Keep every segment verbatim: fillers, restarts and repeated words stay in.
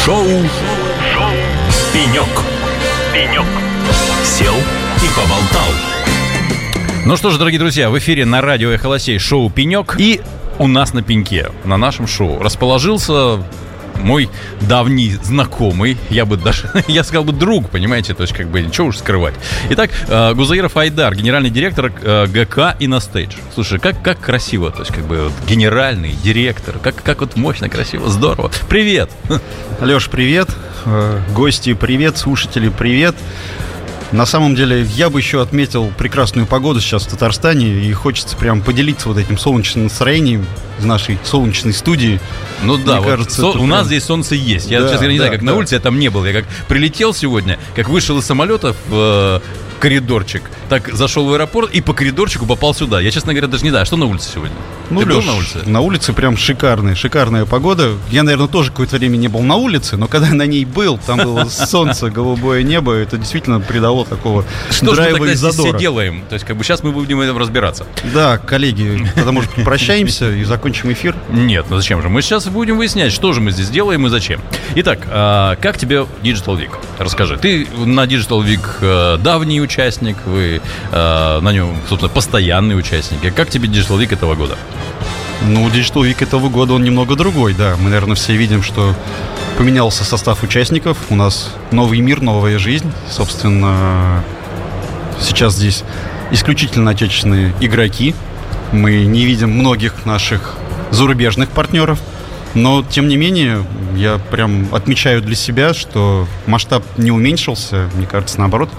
Шоу Шоу Пенек. Пенек. Сел и поболтал. Ну что ж, дорогие друзья, в эфире на радио Эхо Лосей шоу «Пенек». И у нас на пеньке, на нашем шоу, расположился мой давний знакомый, я бы даже, я сказал бы друг, понимаете, то есть как бы ничего уж скрывать. Итак, Гузаиров Айдар, генеральный директор ГК «Инностейдж». Слушай, как, как красиво, то есть как бы вот, генеральный директор, как, как вот мощно, красиво, здорово. Привет! Алеш, привет, гости, привет, слушатели, привет. На самом деле, я бы еще отметил прекрасную погоду сейчас в Татарстане, и хочется прям поделиться вот этим солнечным настроением в нашей солнечной студии. Ну да, Мне вот кажется, со- у прям... нас здесь солнце есть. Я, да, честно говоря, не да, знаю, как да. на улице я там не был. Я как прилетел сегодня, как вышел из самолета в э, коридорчик, так зашел в аэропорт и по коридорчику попал сюда. Я, честно говоря, даже не знаю, что на улице сегодня. Ну, Ты был Леш, на улице? на улице прям шикарная, шикарная погода. Я, наверное, тоже какое-то время не был на улице, но когда я на ней был, там было солнце, голубое небо, это действительно придало такого Что же мы драйва тогда и здесь все задора. делаем? То есть, как бы сейчас мы будем в этом разбираться. Да, коллеги, тогда, может, прощаемся и закончим эфир. Нет, ну зачем же? Мы сейчас будем выяснять, что же мы здесь делаем и зачем. Итак, а, как тебе Digital Week? Расскажи. Ты на Digital Week э, давний участник, вы э, на нем, собственно, постоянный участник. Как тебе Digital Week этого года? Ну, Digital Week этого года, он немного другой, да. Мы, наверное, все видим, что поменялся состав участников. У нас новый мир, новая жизнь. Собственно, сейчас здесь исключительно отечественные игроки. Мы не видим многих наших зарубежных партнеров. Но, тем не менее, я прям отмечаю для себя, что масштаб не уменьшился. Мне кажется, наоборот.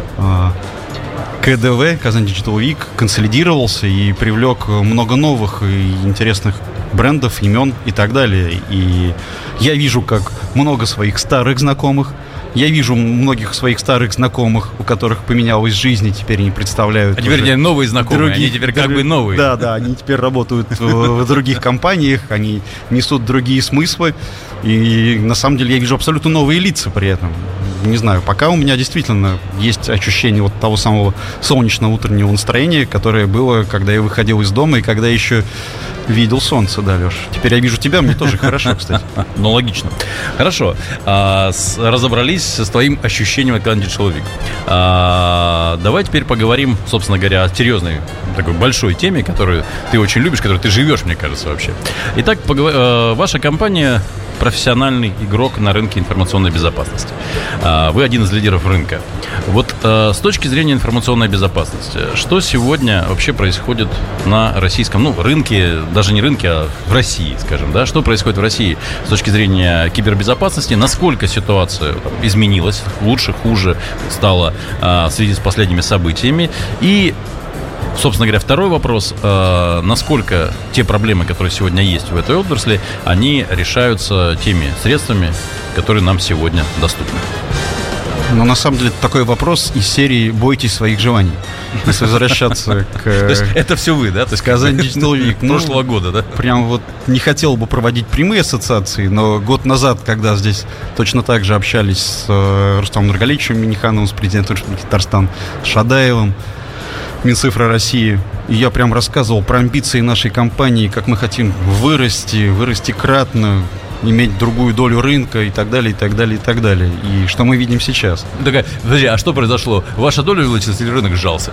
КДВ, Казань Digital Week, консолидировался и привлек много новых и интересных брендов, имен и так далее. И я вижу, как много своих старых знакомых. Я вижу многих своих старых знакомых, у которых поменялась жизнь, и теперь они представляют... А теперь уже новые знакомые, другие- они теперь как друг- бы новые. Да, да, они теперь работают в, в других компаниях, они несут другие смыслы. И на самом деле я вижу абсолютно новые лица при этом. Не знаю, пока у меня действительно есть ощущение вот того самого солнечного утреннего настроения, которое было, когда я выходил из дома и когда еще видел солнце, да, Леш. Теперь я вижу тебя, мне тоже хорошо, кстати. Ну, логично. Хорошо. А, с- разобрались с твоим ощущением от Казань Digital Week. А, давай теперь поговорим, собственно говоря, о серьезной, такой большой теме, которую ты очень любишь, которой ты живешь, мне кажется, вообще. Итак, поговор- э, ваша компания профессиональный игрок на рынке информационной безопасности. А, Вы один из лидеров рынка. Вот э, с точки зрения информационной безопасности, что сегодня вообще происходит на российском, ну, рынке, даже не рынке, а в России, скажем, да? Что происходит в России с точки зрения кибербезопасности? Насколько ситуация там изменилась, лучше, хуже стала э, в связи с последними событиями? И собственно говоря, второй вопрос. Э, насколько те проблемы, которые сегодня есть в этой отрасли, они решаются теми средствами, которые нам сегодня доступны? Но на самом деле это такой вопрос из серии «Бойтесь своих желаний». Если возвращаться к... То есть это все вы, да? То есть Казань Digital Week. Ну, прошлого года, да? Прям вот не хотел бы проводить прямые ассоциации, но год назад, когда здесь точно так же общались с э, Рустамом Нургалиевичем Миннихановым, с президентом Республики Татарстан, Шадаевым, Минцифры России, и я прям рассказывал про амбиции нашей компании, как мы хотим вырасти, вырасти кратно, иметь другую долю рынка и так далее, и так далее, и так далее. И что мы видим сейчас? Такая, подожди, а что произошло? Ваша доля увеличилась или рынок сжался?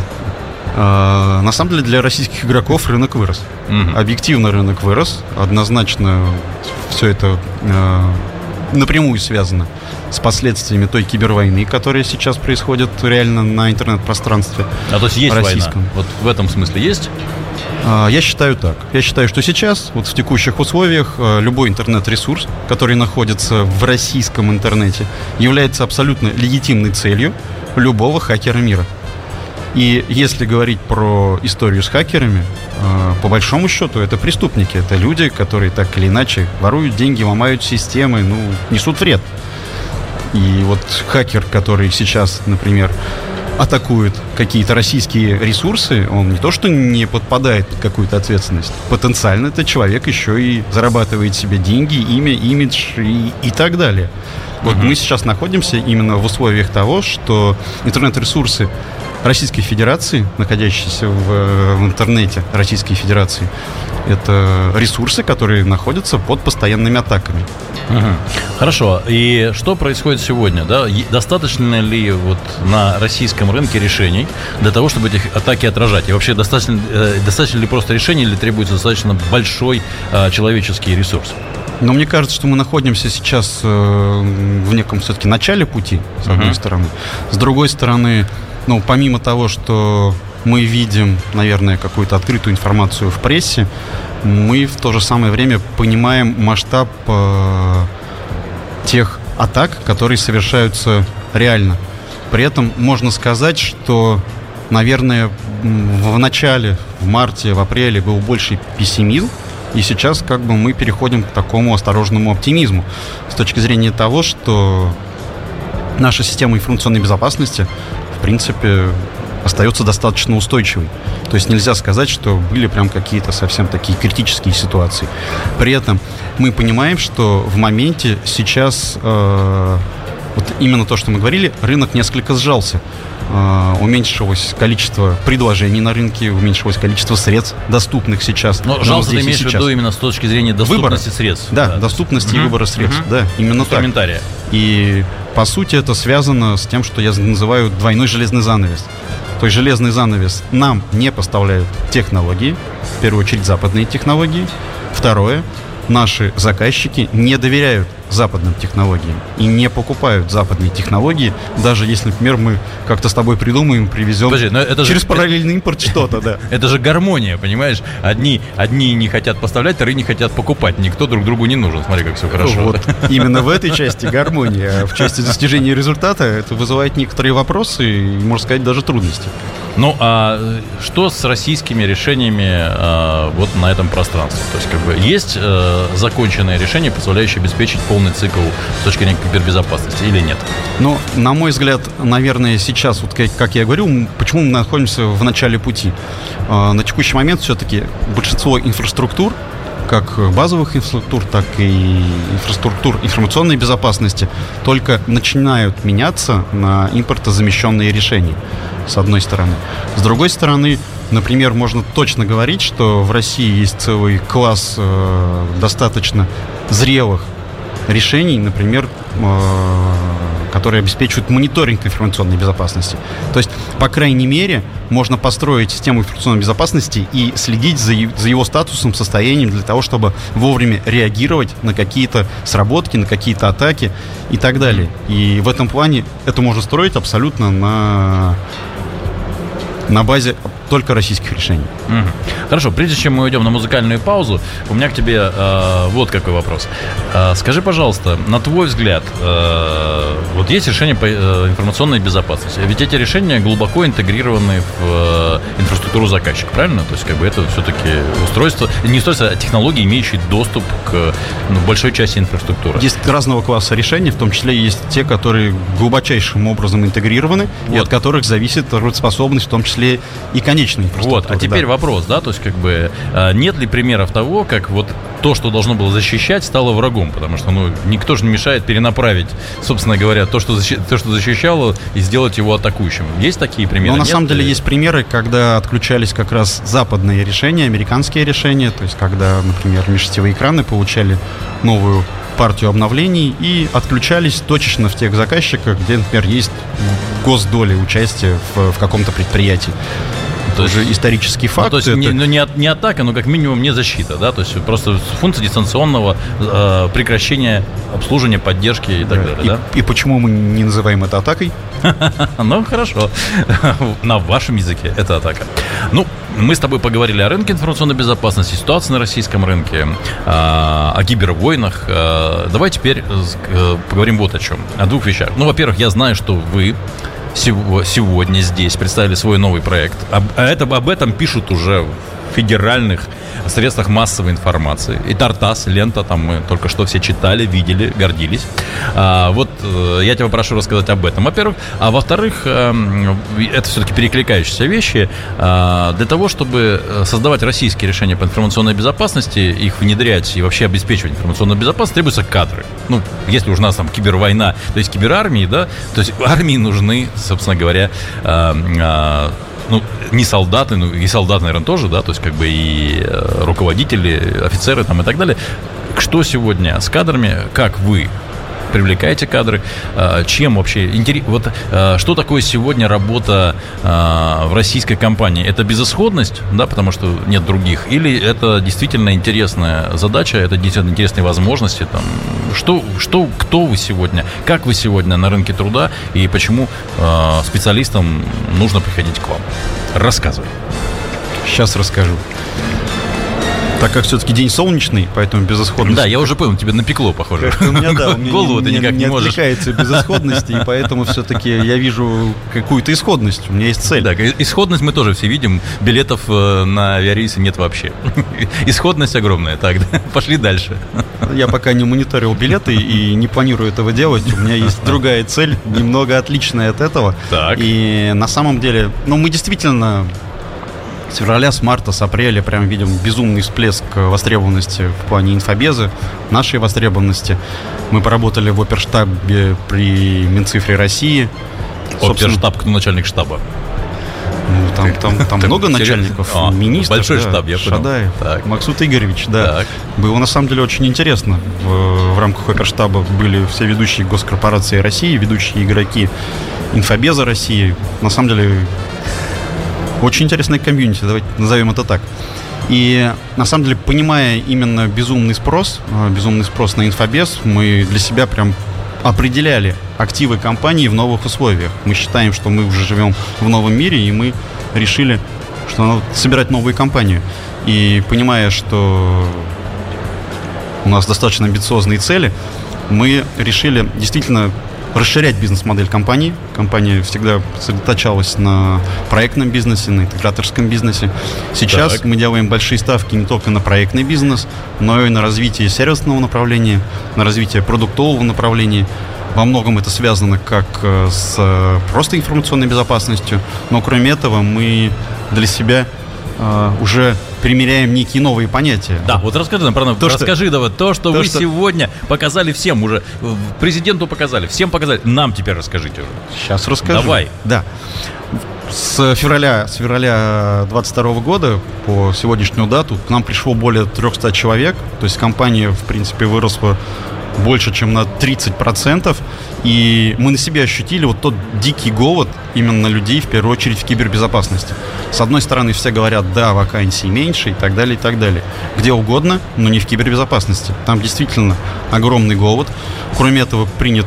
А, на самом деле для российских игроков рынок вырос. Мгм. Объективно рынок вырос. Однозначно все это а, напрямую связано с последствиями той кибервойны, которая сейчас происходит реально на интернет-пространстве А то есть есть российском. война? Вот в этом смысле есть? А, Я считаю так. Я считаю, что сейчас, вот в текущих условиях, а, любой интернет-ресурс, который находится в российском интернете, является абсолютно легитимной целью любого хакера мира. И если говорить про историю с хакерами, а, по большому счету это преступники, это люди, которые так или иначе воруют деньги, ломают системы, ну, несут вред. И вот хакер, который сейчас, например, атакует какие-то российские ресурсы, он не то что не подпадает под какую-то ответственность, потенциально этот человек еще и зарабатывает себе деньги, имя, имидж и, и так далее. Вот Мгм. мы сейчас находимся именно в условиях того, что интернет-ресурсы Российской Федерации, находящиеся в, в интернете Российской Федерации, это ресурсы, которые находятся под постоянными атаками. Угу. Хорошо. И что происходит сегодня? Да? Достаточно ли вот на российском рынке решений для того, чтобы эти атаки отражать? И вообще достаточно, достаточно ли просто решений, или требуется достаточно большой э, человеческий ресурс? Но мне кажется, что мы находимся сейчас э, в неком все-таки начале пути, с одной uh-huh. стороны. С другой стороны, ну, помимо того, что мы видим, наверное, какую-то открытую информацию в прессе, мы в то же самое время понимаем масштаб э, тех атак, которые совершаются реально. При этом можно сказать, что, наверное, в начале, в марте, в апреле был больший пессимизм, и сейчас как бы мы переходим к такому осторожному оптимизму с точки зрения того, что наша система информационной безопасности, в принципе, остается достаточно устойчивой. То есть нельзя сказать, что были прям какие-то совсем такие критические ситуации. При этом мы понимаем, что в моменте сейчас, э, вот именно то, что мы говорили, рынок несколько сжался. Uh, уменьшилось количество предложений на рынке, уменьшилось количество средств, доступных сейчас. Но жалко, ты имеешь в виду именно с точки зрения доступности выбора. средств. Да, да, доступности uh-huh. и выбора средств. Uh-huh. Да, именно так. Комментария. И, по сути, это связано с тем, что я называю двойной железный занавес. То есть железный занавес: нам не поставляют технологии, в первую очередь западные технологии. Второе, наши заказчики не доверяют западным технологиям и не покупают западные технологии, даже если, например, мы как-то с тобой придумаем, привезем Подожди, но это через же, параллельный импорт что-то, да. Это же гармония, понимаешь? Одни, одни не хотят поставлять, вторые не хотят покупать. Никто друг другу не нужен. Смотри, как все хорошо. Вот именно в этой части гармония. В части достижения результата это вызывает некоторые вопросы и, можно сказать, даже трудности. Ну, а что с российскими решениями а, вот на этом пространстве? То есть, как бы, есть а, законченное решение, позволяющее обеспечить полный цикл с точки зрения кибербезопасности, или нет? Ну, на мой взгляд, наверное, сейчас, вот как, как я говорю, почему мы находимся в начале пути? А, на текущий момент все-таки большинство инфраструктур, как базовых инфраструктур, так и инфраструктур информационной безопасности, только начинают меняться на импортозамещенные решения, с одной стороны. С другой стороны, например, можно точно говорить, что в России есть целый класс э, достаточно зрелых решений, например, э, которые обеспечивают мониторинг информационной безопасности. То есть, по крайней мере, можно построить систему информационной безопасности и следить за, за его статусом, состоянием, для того, чтобы вовремя реагировать на какие-то сработки, на какие-то атаки и так далее. И в этом плане это можно строить абсолютно на, на базе только российских решений. Угу. Хорошо, прежде чем мы уйдем на музыкальную паузу, у меня к тебе э, вот какой вопрос. Э, скажи, пожалуйста, на твой взгляд, э, вот есть решения по э, информационной безопасности, ведь эти решения глубоко интегрированы в э, инфраструктуру заказчика, правильно? То есть, как бы это все-таки устройство, не устройство, а технологии, имеющие доступ к ну, большой части инфраструктуры. Есть разного класса решений, в том числе есть те, которые глубочайшим образом интегрированы, вот. И от которых зависит работоспособность, в том числе и, конечно, вот, а теперь да. вопрос, да, то есть как бы нет ли примеров того, как вот то, что должно было защищать, стало врагом, потому что, ну, никто же не мешает перенаправить, собственно говоря, то, что, защи... то, что защищало, и сделать его атакующим. Есть такие примеры? Ну, на самом деле есть примеры, когда отключались как раз западные решения, американские решения, то есть когда, например, межсетевые экраны получали новую партию обновлений и отключались точечно в тех заказчиках, где, например, есть госдоля участия в, в каком-то предприятии. То есть исторический факт. Ну, то есть это... не, ну, не, от, не атака, но как минимум не защита, да, то есть просто функция дистанционного э, прекращения обслуживания, поддержки и так да. далее, и, да? И почему мы не называем это атакой? Ну, хорошо. На вашем языке это атака. Ну, мы с тобой поговорили о рынке информационной безопасности, ситуации на российском рынке, о кибервойнах. Давай теперь поговорим вот о чем. О двух вещах. Ну, во-первых, я знаю, что вы сегодня здесь представили свой новый проект. А это, об этом пишут уже в федеральных средствах массовой информации. И Тартас, лента, там мы только что все читали, видели, гордились. А, вот я тебя прошу рассказать об этом, во-первых. А во-вторых, это все-таки перекликающиеся вещи. Для того, чтобы создавать российские решения по информационной безопасности, их внедрять и вообще обеспечивать информационную безопасность, требуются кадры. Ну, если уж у нас там кибервойна, то есть киберармии, да, то есть армии нужны, собственно говоря, ну, не солдаты, ну и солдаты, наверное, тоже, да, то есть как бы и руководители, офицеры там и так далее. что сегодня с кадрами, как вы привлекаете кадры, чем вообще интерес... вот что такое сегодня работа в российской компании? Это безысходность, да, потому что нет других, или это действительно интересная задача, это действительно интересные возможности? Там, что, что, кто вы сегодня, как вы сегодня на рынке труда и почему специалистам нужно приходить к вам? Рассказывай. Сейчас расскажу. Так как все-таки день солнечный, поэтому безысходность... Да, я уже понял, тебе напекло, похоже. У меня, да, у меня голову ты никак не можешь. Не отвлекается безысходность, и поэтому все-таки я вижу какую-то исходность, у меня есть цель. Да, исходность мы тоже все видим, билетов на авиарейсы нет вообще. Исходность огромная. Так, пошли дальше. Я пока не мониторил билеты и не планирую этого делать. У меня есть другая цель, немного отличная от этого. Так. И на самом деле, ну, мы действительно... С февраля, с марта, с апреля прям видим безумный всплеск востребованности в плане инфобеза, нашей востребованности. Мы поработали в оперштабе при Минцифре России. Оперштаб, кто начальник штаба? Ну, там, там, там много начальников, а, министров. Большой да, штаб, я понял. Шадаев, так. Максут Игоревич, да. Так. Было на самом деле очень интересно. В, в рамках оперштаба были все ведущие госкорпорации России, ведущие игроки инфобеза России. На самом деле... Очень интересная комьюнити, давайте назовем это так. И на самом деле, понимая именно безумный спрос, безумный спрос на инфобез, мы для себя прям определяли активы компании в новых условиях. Мы считаем, что мы уже живем в новом мире, и мы решили, что надо собирать новые компании. И понимая, что у нас достаточно амбициозные цели, мы решили действительно расширять бизнес-модель компании. Компания всегда сосредоточалась на проектном бизнесе, на интеграторском бизнесе. Сейчас так. мы делаем большие ставки не только на проектный бизнес, но и на развитие сервисного направления, на развитие продуктового направления. Во многом это связано как с просто информационной безопасностью, но кроме этого мы для себя Uh, уже примеряем некие новые понятия. Да, вот расскажи нам, то, расскажи, что, давай, то, что то, вы что... сегодня показали всем уже, президенту показали, всем показали, нам теперь расскажите уже. Сейчас расскажу. Давай. Да. С февраля, с февраля двадцать второго года по сегодняшнюю дату к нам пришло более триста человек, то есть компания, в принципе, выросла больше, чем на тридцать процентов, и мы на себе ощутили вот тот дикий голод именно людей, в первую очередь, в кибербезопасности. С одной стороны, все говорят, да, вакансий меньше и так далее, и так далее. Где угодно, но не в кибербезопасности. Там действительно огромный голод. Кроме этого, принят,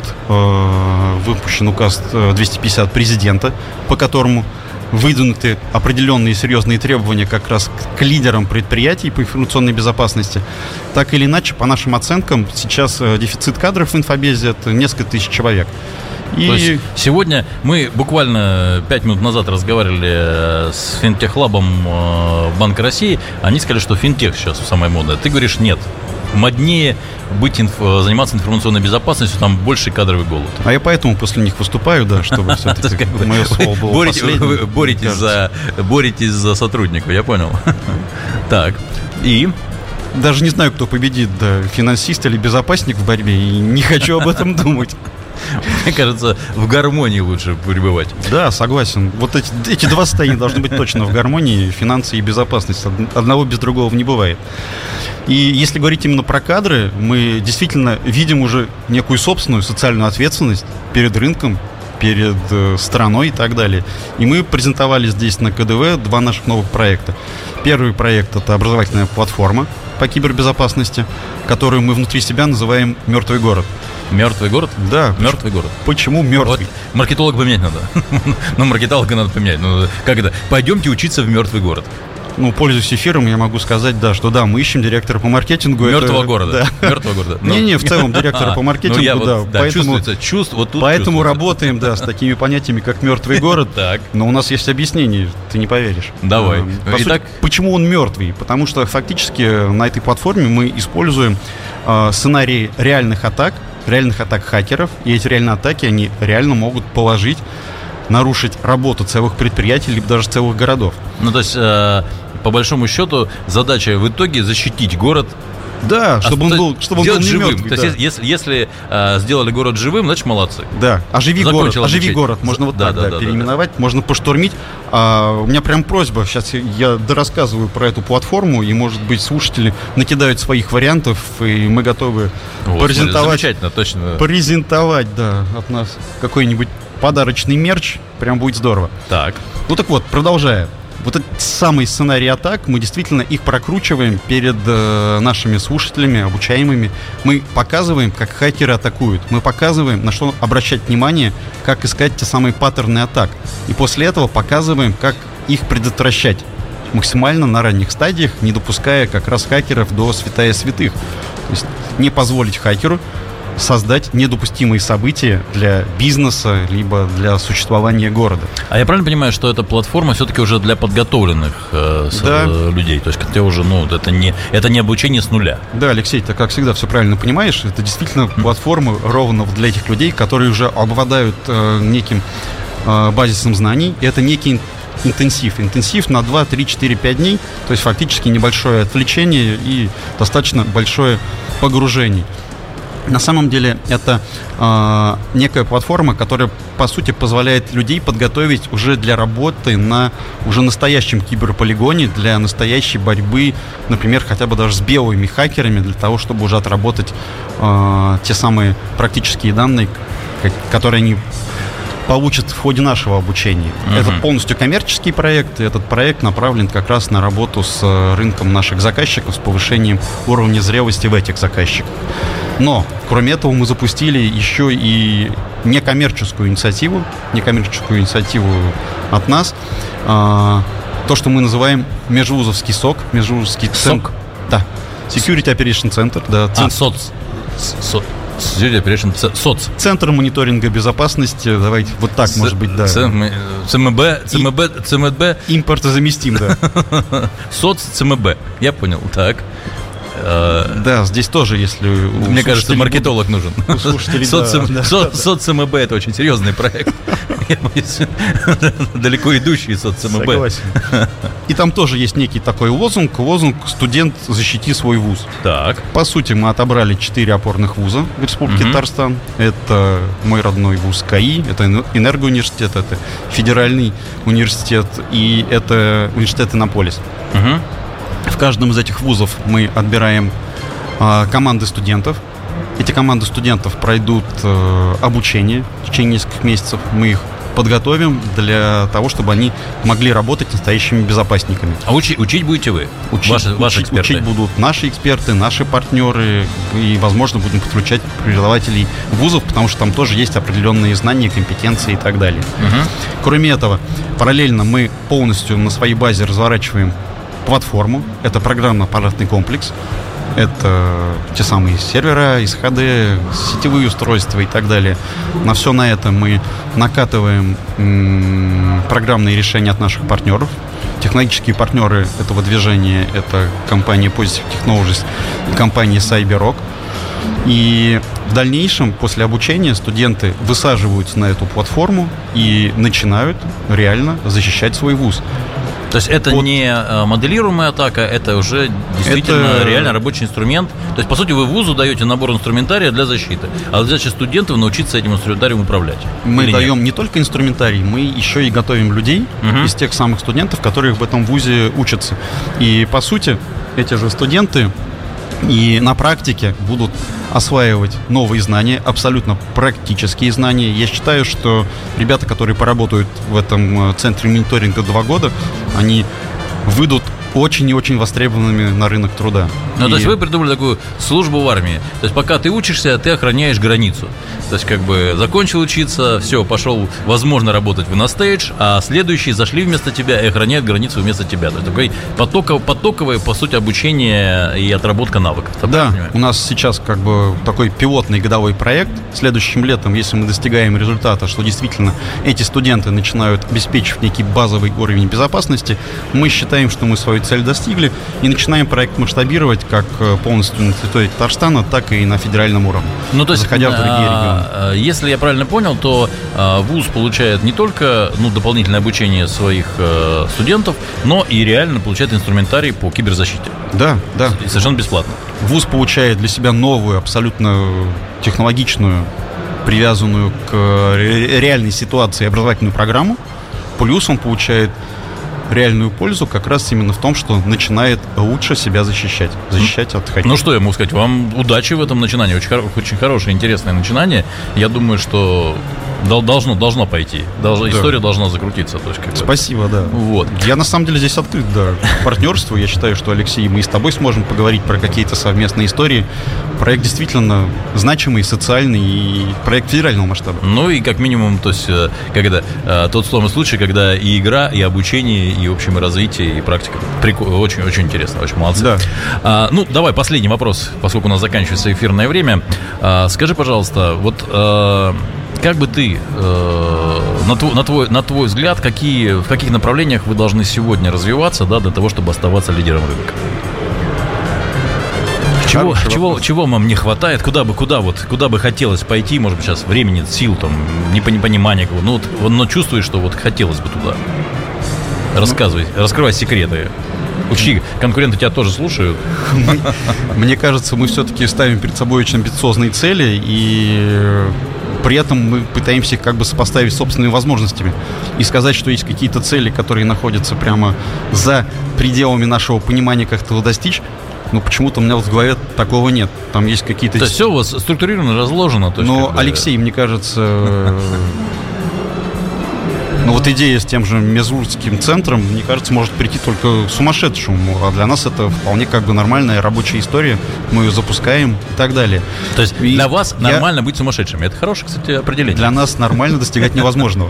э, выпущен указ двести пятьдесят президента, по которому выдвинуты определенные серьезные требования как раз к лидерам предприятий по информационной безопасности. Так или иначе, по нашим оценкам, сейчас дефицит кадров в инфобезе – это несколько тысяч человек. И... То есть сегодня мы буквально пять минут назад разговаривали с финтех-лабом Банка России. Они сказали, что финтех сейчас самое модное. Ты говоришь, нет. Моднее быть инф... заниматься информационной безопасностью, там больше кадровый голод. А я поэтому после них выступаю, да, чтобы все-таки мое слово было последним. Боретесь за сотрудников, я понял. Так, и... Даже не знаю, кто победит, да, финансист или безопасник в борьбе, и не хочу об этом думать. Мне кажется, в гармонии лучше пребывать. Да, согласен. Вот эти, эти два состояния должны быть точно в гармонии, финансы и безопасность. Одного без другого не бывает. И если говорить именно про кадры, мы действительно видим уже некую собственную социальную ответственность перед рынком, перед страной и так далее. И мы презентовали здесь на КДВ два наших новых проекта. Первый проект – это образовательная платформа по кибербезопасности, которую мы внутри себя называем «Мертвый город». Мертвый город? Да. Мертвый город. Почему мертвый? Вот маркетолога поменять надо. Ну, маркетолога надо поменять. Ну, как это? Пойдемте учиться в мертвый город. Ну, пользуясь эфиром, я могу сказать, да, что да, мы ищем директора по маркетингу. Мертвого это, города. Да. Мертвого города. Не-не, в целом директора по маркетингу, ну, да. Вот, да. Поэтому, чувствуется, чувств, вот тут поэтому работаем, да, с такими понятиями, как мертвый город. Так. Но у нас есть объяснение, ты не поверишь. Давай. По Итак... сути, почему он мертвый? Потому что фактически на этой платформе мы используем э, сценарии реальных атак, реальных атак хакеров, и эти реальные атаки, они реально могут положить, нарушить работу целых предприятий, либо даже целых городов. Ну, то есть, э, по большому счету, задача в итоге защитить город Да, чтобы а, он был, чтобы он был не живым. мертвый. То да. есть, если, если э, сделали город живым, значит, молодцы. Да, оживи город, оживи обучение. город, можно вот Да, так да, да, да, переименовать, да, да. можно поштурмить. А, у меня прям просьба, сейчас я дорассказываю про эту платформу, и, может быть, слушатели накидают своих вариантов, и мы готовы вот, презентовать, замечательно, точно. презентовать, да, от нас какой-нибудь подарочный мерч, прям будет здорово. Так. Ну так вот, продолжая. Вот этот самый сценарий атак, мы действительно их прокручиваем перед э, нашими слушателями, обучаемыми. Мы показываем, как хакеры атакуют. Мы показываем, на что обращать внимание, как искать те самые паттерны атак. И после этого показываем, как их предотвращать максимально на ранних стадиях, не допуская как раз хакеров до святая святых. То есть не позволить хакеру создать недопустимые события для бизнеса, либо для существования города. А я правильно понимаю, что эта платформа все-таки уже для подготовленных э, с, да. э, людей? То есть ты уже, ну, это не, это не обучение с нуля. Да, Алексей, ты, как всегда, все правильно понимаешь. Это действительно платформа ровно для этих людей, которые уже обладают э, неким э, базисом знаний. И это некий интенсив. Интенсив на два, три, четыре, пять дней. То есть фактически небольшое отвлечение и достаточно большое погружение. На самом деле это э, некая платформа, которая, по сути, позволяет людей подготовить уже для работы на уже настоящем киберполигоне, для настоящей борьбы, например, хотя бы даже с белыми хакерами, для того, чтобы уже отработать э, те самые практические данные, которые они получат в ходе нашего обучения. Uh-huh. Это полностью коммерческий проект, и этот проект направлен как раз на работу с рынком наших заказчиков, с повышением уровня зрелости в этих заказчиках. Но, кроме этого, мы запустили еще и некоммерческую инициативу, некоммерческую инициативу от нас, а, то, что мы называем межвузовский сок, межвузовский центр. Да, Security Operation Center. Да, а, соц. соц. Соц. Центр мониторинга безопасности. Давайте вот так, Ц- может быть, да. ЦМБ, ЦМБ, ЦМБ. Импортозаместим, да. Соц, ЦМБ. Я понял. Так. Да, здесь тоже, если... Мне кажется, маркетолог нужен. СоцЦМБ — это очень серьезный проект. Далеко идущий СоцЦМБ. Согласен. И там тоже есть некий такой лозунг. Лозунг «Студент, защити свой вуз». Так. По сути, мы отобрали четыре опорных вуза в Республике угу. Татарстан. Это мой родной вуз КАИ, это Энергоуниверситет, это Федеральный университет и это университет Иннополис. Угу. В каждом из этих вузов мы отбираем э, команды студентов. Эти команды студентов пройдут э, обучение в течение нескольких месяцев. Мы их подготовим для того, чтобы они могли работать настоящими безопасниками. А учи, учить будете вы? Учить, ваши, ваши учить, эксперты? Учить будут наши эксперты, наши партнеры. И, возможно, будем подключать преподавателей вузов, потому что там тоже есть определенные знания, компетенции и так далее. Угу. Кроме этого, параллельно мы полностью на своей базе разворачиваем платформу. Это программно-аппаратный комплекс. Это те самые сервера, эс эйч ди, сетевые устройства и так далее. На все на это мы накатываем м- программные решения от наших партнеров. Технологические партнеры этого движения — это компания Positive Technologies и компания CyberRock. И в дальнейшем, после обучения, студенты высаживаются на эту платформу и начинают реально защищать свой вуз. То есть это вот. Не моделируемая атака, это уже действительно это... реально рабочий инструмент. То есть, по сути, вы вузу даете набор инструментария для защиты, а задача студентов научиться этим инструментарием управлять. Мы Или даем нет? не только инструментарий, мы еще и готовим людей угу. из тех самых студентов, которые в этом вузе учатся. И, по сути, эти же студенты и на практике будут осваивать новые знания, абсолютно практические знания. Я считаю, что ребята, которые поработают в этом центре мониторинга два года, они выйдут очень и очень востребованными на рынок труда. Ну, и... то есть вы придумали такую службу в армии. То есть пока ты учишься, ты охраняешь границу. То есть как бы закончил учиться, все, пошел, возможно, работать в Инностейдж, а следующие зашли вместо тебя и охраняют границу вместо тебя. То есть такой потоков, потоковое, по сути, обучение и отработка навыков. Да, у нас сейчас как бы такой пилотный годовой проект. Следующим летом, если мы достигаем результата, что действительно эти студенты начинают обеспечивать некий базовый уровень безопасности, мы считаем, что мы свою свою цель достигли, и начинаем проект масштабировать как полностью на территории Татарстана, так и на федеральном уровне, ну, то есть, заходя в другие регионы. Если я правильно понял, то вуз получает не только ну, дополнительное обучение своих студентов, но и реально получает инструментарий по киберзащите. Да, да. И совершенно бесплатно. Вуз получает для себя новую, абсолютно технологичную, привязанную к реальной ситуации образовательную программу. Плюс он получает реальную пользу как раз именно в том, что начинает лучше себя защищать. Защищать от хакеров. Ну что я могу сказать, вам удачи в этом начинании. Очень, хоро- очень хорошее, интересное начинание. Я думаю, что должно, должно пойти. Должно, да. История должна закрутиться. То есть, как бы. Спасибо, да. Вот. Я на самом деле здесь открыт, да, к партнерству. Я считаю, что, Алексей, мы и с тобой сможем поговорить про какие-то совместные истории. Проект действительно значимый, социальный и проект федерального масштаба. Ну и как минимум, то есть, как это, тот самый случай, когда и игра, и обучение, и, в общем, и развитие, и практика. Прикольно, очень, очень интересно, очень молодцы. Да. А, ну, давай последний вопрос, поскольку у нас заканчивается эфирное время. А, скажи, пожалуйста, вот а, как бы ты, а, на, твой, на, твой, на твой взгляд, какие, в каких направлениях вы должны сегодня развиваться, да, для того, чтобы оставаться лидером рынка? Чего, чего, чего вам не хватает? Куда бы, куда вот, куда бы хотелось пойти? Может быть, сейчас времени, сил, там, непонимания. Ну, вот, но чувствуешь, что вот хотелось бы туда. Рассказывай, ну, раскрывай секреты. Учти, конкуренты тебя тоже слушают. Мне кажется, мы все-таки ставим перед собой очень амбициозные цели, и при этом мы пытаемся их как бы сопоставить с собственными возможностями. И сказать, что есть какие-то цели, которые находятся прямо за пределами нашего понимания, как этого достичь, но почему-то у меня вот в голове такого нет. Там есть какие-то... То есть все у вас структурировано, разложено. То есть но, как бы... Алексей, мне кажется... Ну вот идея с тем же Мезурским центром, мне кажется, может прийти только сумасшедшему. А для нас это вполне как бы нормальная рабочая история. Мы ее запускаем и так далее. То есть и для вас я... нормально быть сумасшедшим. Это хорошее, кстати, определение. Для нас нормально достигать невозможного.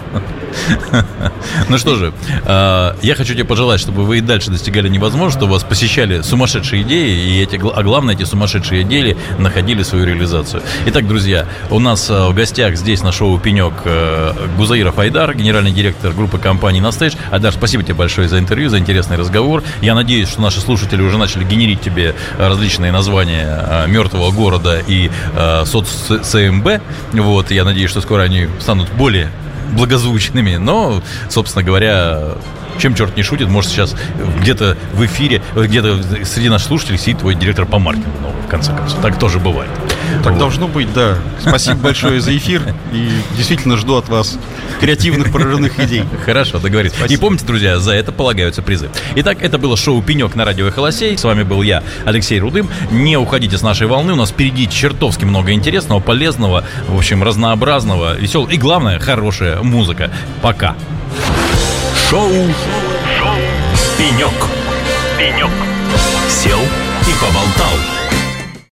Ну что же, я хочу тебе пожелать, чтобы вы и дальше достигали невозможного, чтобы вас посещали сумасшедшие идеи, и эти, а главное, эти сумасшедшие идеи находили свою реализацию. Итак, друзья, у нас в гостях здесь на шоу «Пенек» Гузаиров Айдар, генеральный директор группы компании «Настейдж». Айдар, спасибо тебе большое за интервью, за интересный разговор. Я надеюсь, что наши слушатели уже начали генерить тебе различные названия мертвого города и соц-ЦМБ. Вот, я надеюсь, что скоро они станут более благозвучными, но, собственно говоря, чем черт не шутит, может сейчас где-то в эфире, где-то среди наших слушателей сидит твой директор по маркетингу, ну, в конце концов. Так тоже бывает. Так вот. Должно быть, да. Спасибо большое за эфир. И действительно жду от вас креативных, прорывных идей. Хорошо, договорились. И помните, друзья, за это полагаются призы. Итак, это было шоу «Пенек» на радио «Эхолосей». С вами был я, Алексей Рудым. Не уходите с нашей волны. У нас впереди чертовски много интересного, полезного, в общем, разнообразного, веселого. И главное, хорошая музыка. Пока. Шоу, шоу «Пенек». «Пенек». Сел и поболтал.